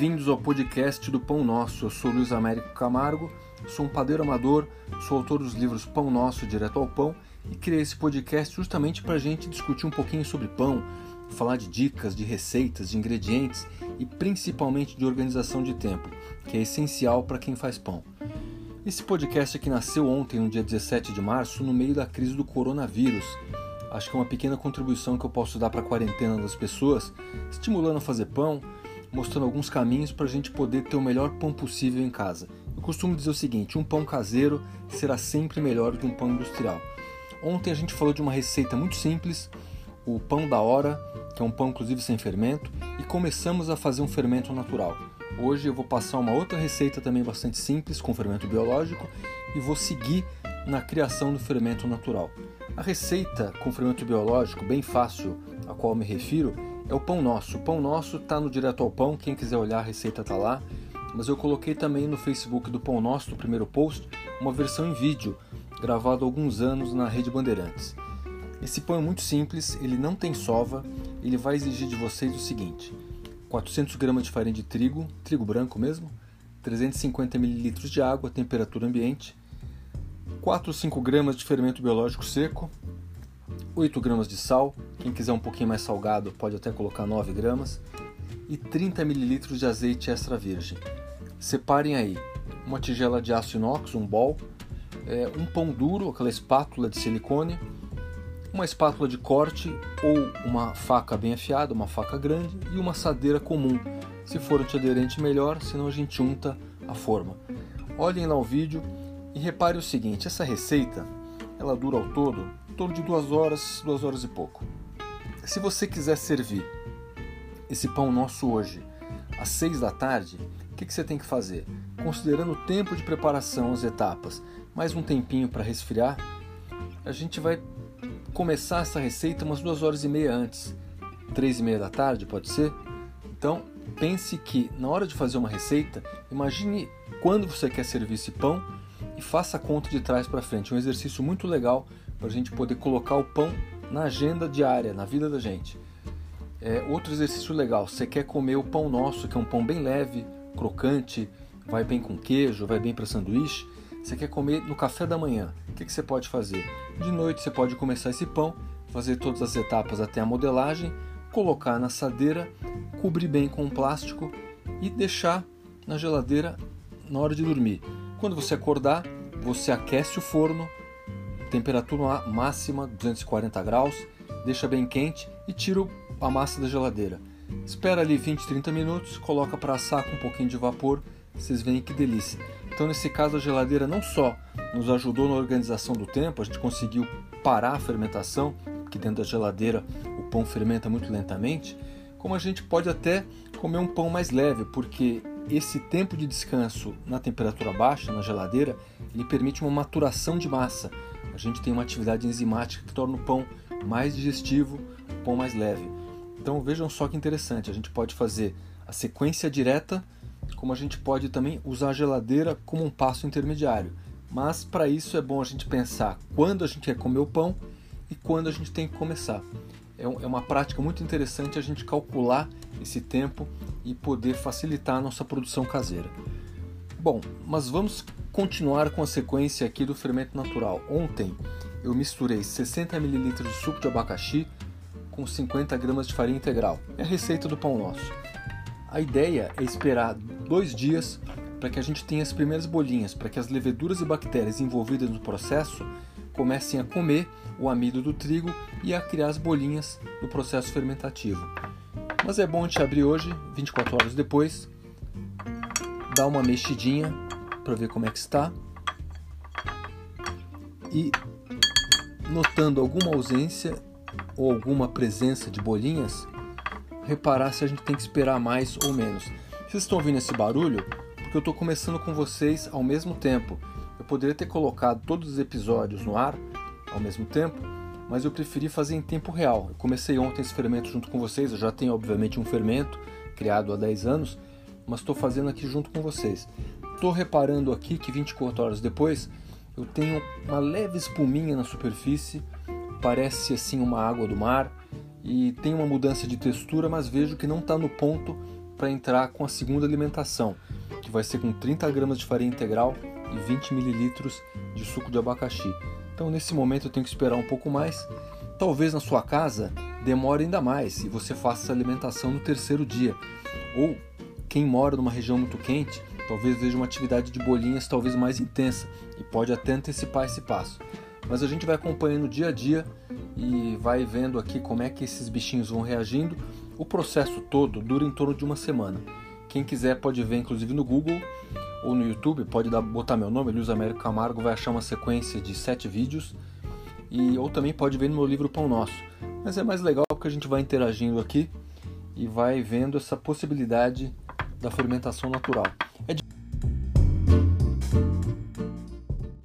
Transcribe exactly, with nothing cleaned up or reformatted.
bem-vindos ao podcast do Pão Nosso. Eu sou Luiz Américo Camargo, sou um padeiro amador, sou autor dos livros Pão Nosso, Direto ao Pão, e criei esse podcast justamente para a gente discutir um pouquinho sobre pão, falar de dicas, de receitas, de ingredientes e principalmente de organização de tempo, que é essencial para quem faz pão. Esse podcast aqui nasceu ontem, no dia dezessete de março, no meio da crise do coronavírus. Acho que é uma pequena contribuição que eu posso dar para a quarentena das pessoas, estimulando a fazer pão, mostrando alguns caminhos para a gente poder ter o melhor pão possível em casa. Eu costumo dizer o seguinte, um pão caseiro será sempre melhor que um pão industrial. Ontem a gente falou de uma receita muito simples, o pão da hora, que é um pão inclusive sem fermento, e começamos a fazer um fermento natural. Hoje eu vou passar uma outra receita também bastante simples, com fermento biológico, e vou seguir na criação do fermento natural. A receita com fermento biológico, bem fácil, a qual eu me refiro, é o Pão Nosso. O Pão Nosso está no Direto ao Pão, quem quiser olhar a receita está lá, mas eu coloquei também no Facebook do Pão Nosso, no primeiro post, uma versão em vídeo, gravado há alguns anos na Rede Bandeirantes. Esse pão é muito simples, ele não tem sova, ele vai exigir de vocês o seguinte: quatrocentas gramas de farinha de trigo, trigo branco mesmo, trezentos e cinquenta mililitros de água, temperatura ambiente, quatro a cinco gramas de fermento biológico seco, oito gramas de sal, quem quiser um pouquinho mais salgado pode até colocar nove gramas, e trinta mililitros de azeite extra virgem. Separem aí uma tigela de aço inox, um bowl, é, um pão duro, aquela espátula de silicone, uma espátula de corte ou uma faca bem afiada, uma faca grande e uma assadeira comum. Se for antiaderente melhor, senão a gente unta a forma. Olhem lá o vídeo e repare o seguinte, essa receita ela dura ao todo, em torno de duas horas, duas horas e pouco. Se você quiser servir esse pão nosso hoje às seis da tarde, o que, que você tem que fazer? Considerando o tempo de preparação, as etapas, mais um tempinho para resfriar, a gente vai começar essa receita umas duas horas e meia antes, três e meia da tarde, pode ser? Então, pense que na hora de fazer uma receita, imagine quando você quer servir esse pão e faça a conta de trás para frente. É um exercício muito legal para a gente poder colocar o pão na agenda diária, na vida da gente. É, outro exercício legal, você quer comer o pão nosso, que é um pão bem leve, crocante, vai bem com queijo, vai bem para sanduíche. Você quer comer no café da manhã, o que, que você pode fazer? De noite você pode começar esse pão, fazer todas as etapas até a modelagem, colocar na assadeira, cobrir bem com um plástico e deixar na geladeira na hora de dormir. Quando você acordar, você aquece o forno, temperatura máxima, duzentos e quarenta graus, deixa bem quente e tira a massa da geladeira. Espera ali vinte, trinta minutos, coloca para assar com um pouquinho de vapor, vocês veem que delícia. Então nesse caso a geladeira não só nos ajudou na organização do tempo, a gente conseguiu parar a fermentação, porque dentro da geladeira o pão fermenta muito lentamente, como a gente pode até comer um pão mais leve, porque esse tempo de descanso na temperatura baixa, na geladeira, ele permite uma maturação de massa. A gente tem uma atividade enzimática que torna o pão mais digestivo, o pão mais leve. Então vejam só que interessante, a gente pode fazer a sequência direta, como a gente pode também usar a geladeira como um passo intermediário. Mas para isso é bom a gente pensar quando a gente quer comer o pão e quando a gente tem que começar. É uma prática muito interessante a gente calcular esse tempo e poder facilitar a nossa produção caseira. Bom, mas vamos continuar com a sequência aqui do fermento natural. Ontem eu misturei sessenta mililitros de suco de abacaxi com cinquenta gramas de farinha integral. É a receita do Pão Nosso. A ideia é esperar dois dias para que a gente tenha as primeiras bolinhas, para que as leveduras e bactérias envolvidas no processo comecem a comer o amido do trigo e a criar as bolinhas do processo fermentativo. Mas é bom a gente abrir hoje, vinte e quatro horas depois, dar uma mexidinha para ver como é que está e, notando alguma ausência ou alguma presença de bolinhas, reparar se a gente tem que esperar mais ou menos. Vocês estão ouvindo esse barulho? Porque eu estou começando com vocês ao mesmo tempo. Eu poderia ter colocado todos os episódios no ar ao mesmo tempo, mas eu preferi fazer em tempo real. Eu comecei ontem esse fermento junto com vocês, eu já tenho obviamente um fermento criado há dez anos, mas estou fazendo aqui junto com vocês. Estou reparando aqui que vinte e quatro horas depois eu tenho uma leve espuminha na superfície, parece assim uma água do mar, e tem uma mudança de textura, mas vejo que não está no ponto para entrar com a segunda alimentação, que vai ser com trinta gramas de farinha integral e vinte mililitros de suco de abacaxi. Então nesse momento eu tenho que esperar um pouco mais. Talvez na sua casa demore ainda mais e você faça essa alimentação no terceiro dia. Ou quem mora numa região muito quente, talvez veja uma atividade de bolinhas talvez mais intensa e pode até antecipar esse passo. Mas a gente vai acompanhando dia a dia e vai vendo aqui como é que esses bichinhos vão reagindo. O processo todo dura em torno de uma semana. Quem quiser pode ver inclusive no Google ou no YouTube, pode dar, botar meu nome, Luiz Américo Camargo, vai achar uma sequência de sete vídeos. E, ou também pode ver no meu livro Pão Nosso. Mas é mais legal porque a gente vai interagindo aqui e vai vendo essa possibilidade da fermentação natural. É de...